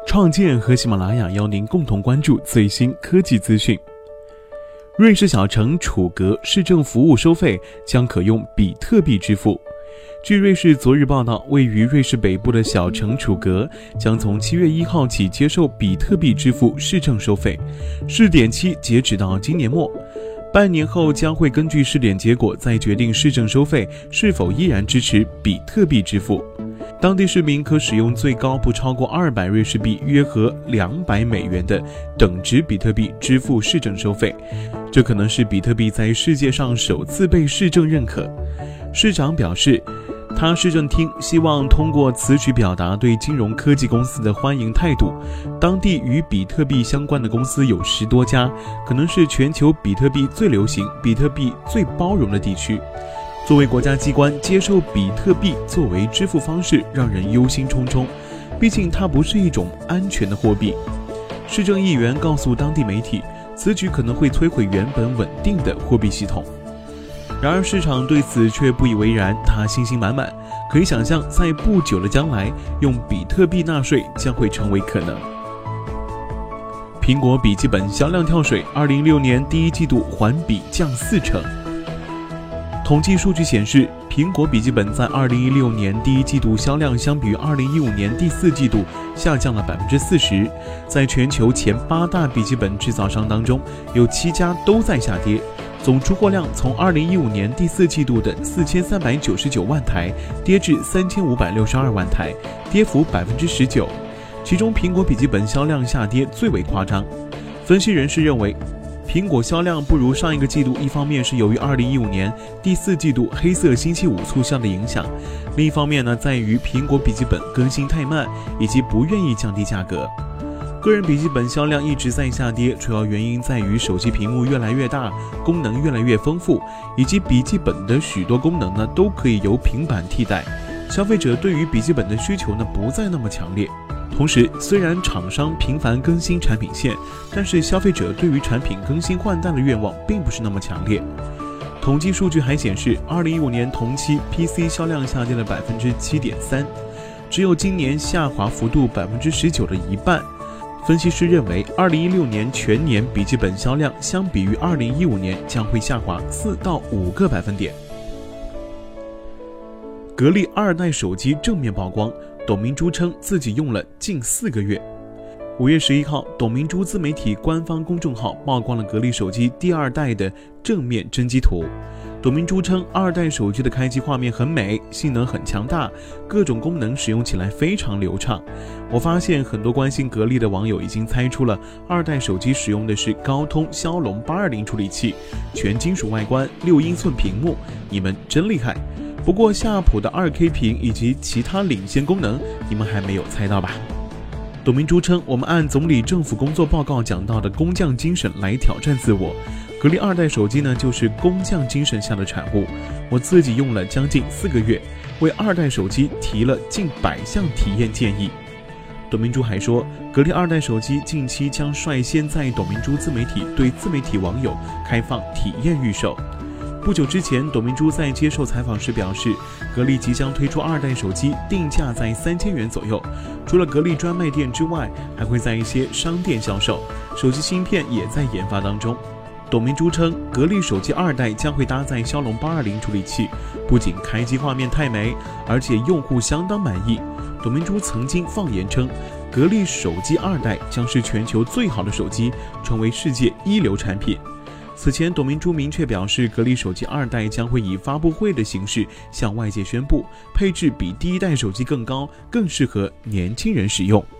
创建和喜马拉雅邀您共同关注最新科技资讯。瑞士小城楚格市政服务收费将可用比特币支付。据瑞士昨日报道，位于瑞士北部的小城楚格将从7月1号起接受比特币支付市政收费，试点期截止到今年末。半年后将会根据试点结果再决定市政收费是否依然支持比特币支付。当地市民可使用最高不超过200瑞士币，约合200美元的等值比特币支付市政收费，这可能是比特币在世界上首次被市政认可。市长表示，他市政厅希望通过此举表达对金融科技公司的欢迎态度。当地与比特币相关的公司有10多家，可能是全球比特币最流行、比特币最包容的地区。作为国家机关，接受比特币作为支付方式让人忧心忡忡，毕竟它不是一种安全的货币。市政议员告诉当地媒体，此举可能会摧毁原本稳定的货币系统。然而市场对此却不以为然，他信心满满，可以想象在不久的将来，用比特币纳税将会成为可能。苹果笔记本销量跳水，2016年第一季度环比降40%。统计数据显示，苹果笔记本在2016年第一季度销量相比于2015年第4季度下降了40%。在全球前8大笔记本制造商当中，有7家都在下跌。总出货量从2015年第4季度的4399万台跌至3562万台，跌幅19%。其中苹果笔记本销量下跌最为夸张。分析人士认为，苹果销量不如上一个季度，一方面是由于2015年第4季度黑色星期五促销的影响，另一方面呢，在于苹果笔记本更新太慢，以及不愿意降低价格。个人笔记本销量一直在下跌，主要原因在于手机屏幕越来越大，功能越来越丰富，以及笔记本的许多功能呢都可以由平板替代，消费者对于笔记本的需求呢不再那么强烈。同时，虽然厂商频繁更新产品线，但是消费者对于产品更新换代的愿望并不是那么强烈。统计数据还显示，2015年同期 PC 销量下跌了 7.3%， 只有今年下滑幅度 19% 的一半。分析师认为，2016年全年笔记本销量相比于2015年将会下滑4到5个百分点。格力2代手机正面曝光，董明珠称自己用了近4个月。5月11号，董明珠自媒体官方公众号曝光了格力手机第2代的正面真机图。董明珠称，2代手机的开机画面很美，性能很强大，各种功能使用起来非常流畅。我发现很多关心格力的网友已经猜出了2代手机使用的是高通骁龙820处理器，全金属外观，6英寸屏幕，你们真厉害。不过夏普的 2K 屏以及其他领先功能，你们还没有猜到吧？董明珠称，我们按总理政府工作报告讲到的工匠精神来挑战自我。格力2代手机呢，就是工匠精神下的产物。我自己用了将近4个月，为2代手机提了近100项体验建议。董明珠还说，格力2代手机近期将率先在董明珠自媒体对自媒体网友开放体验预售。不久之前，董明珠在接受采访时表示，格力即将推出2代手机，定价在3000元左右。除了格力专卖店之外，还会在一些商店销售。手机芯片也在研发当中。董明珠称，格力手机2代将会搭载骁龙820处理器，不仅开机画面太美，而且用户相当满意。董明珠曾经放言称，格力手机2代将是全球最好的手机，成为世界一流产品。此前，董明珠明确表示，格力手机2代将会以发布会的形式向外界宣布，配置比第1代手机更高，更适合年轻人使用。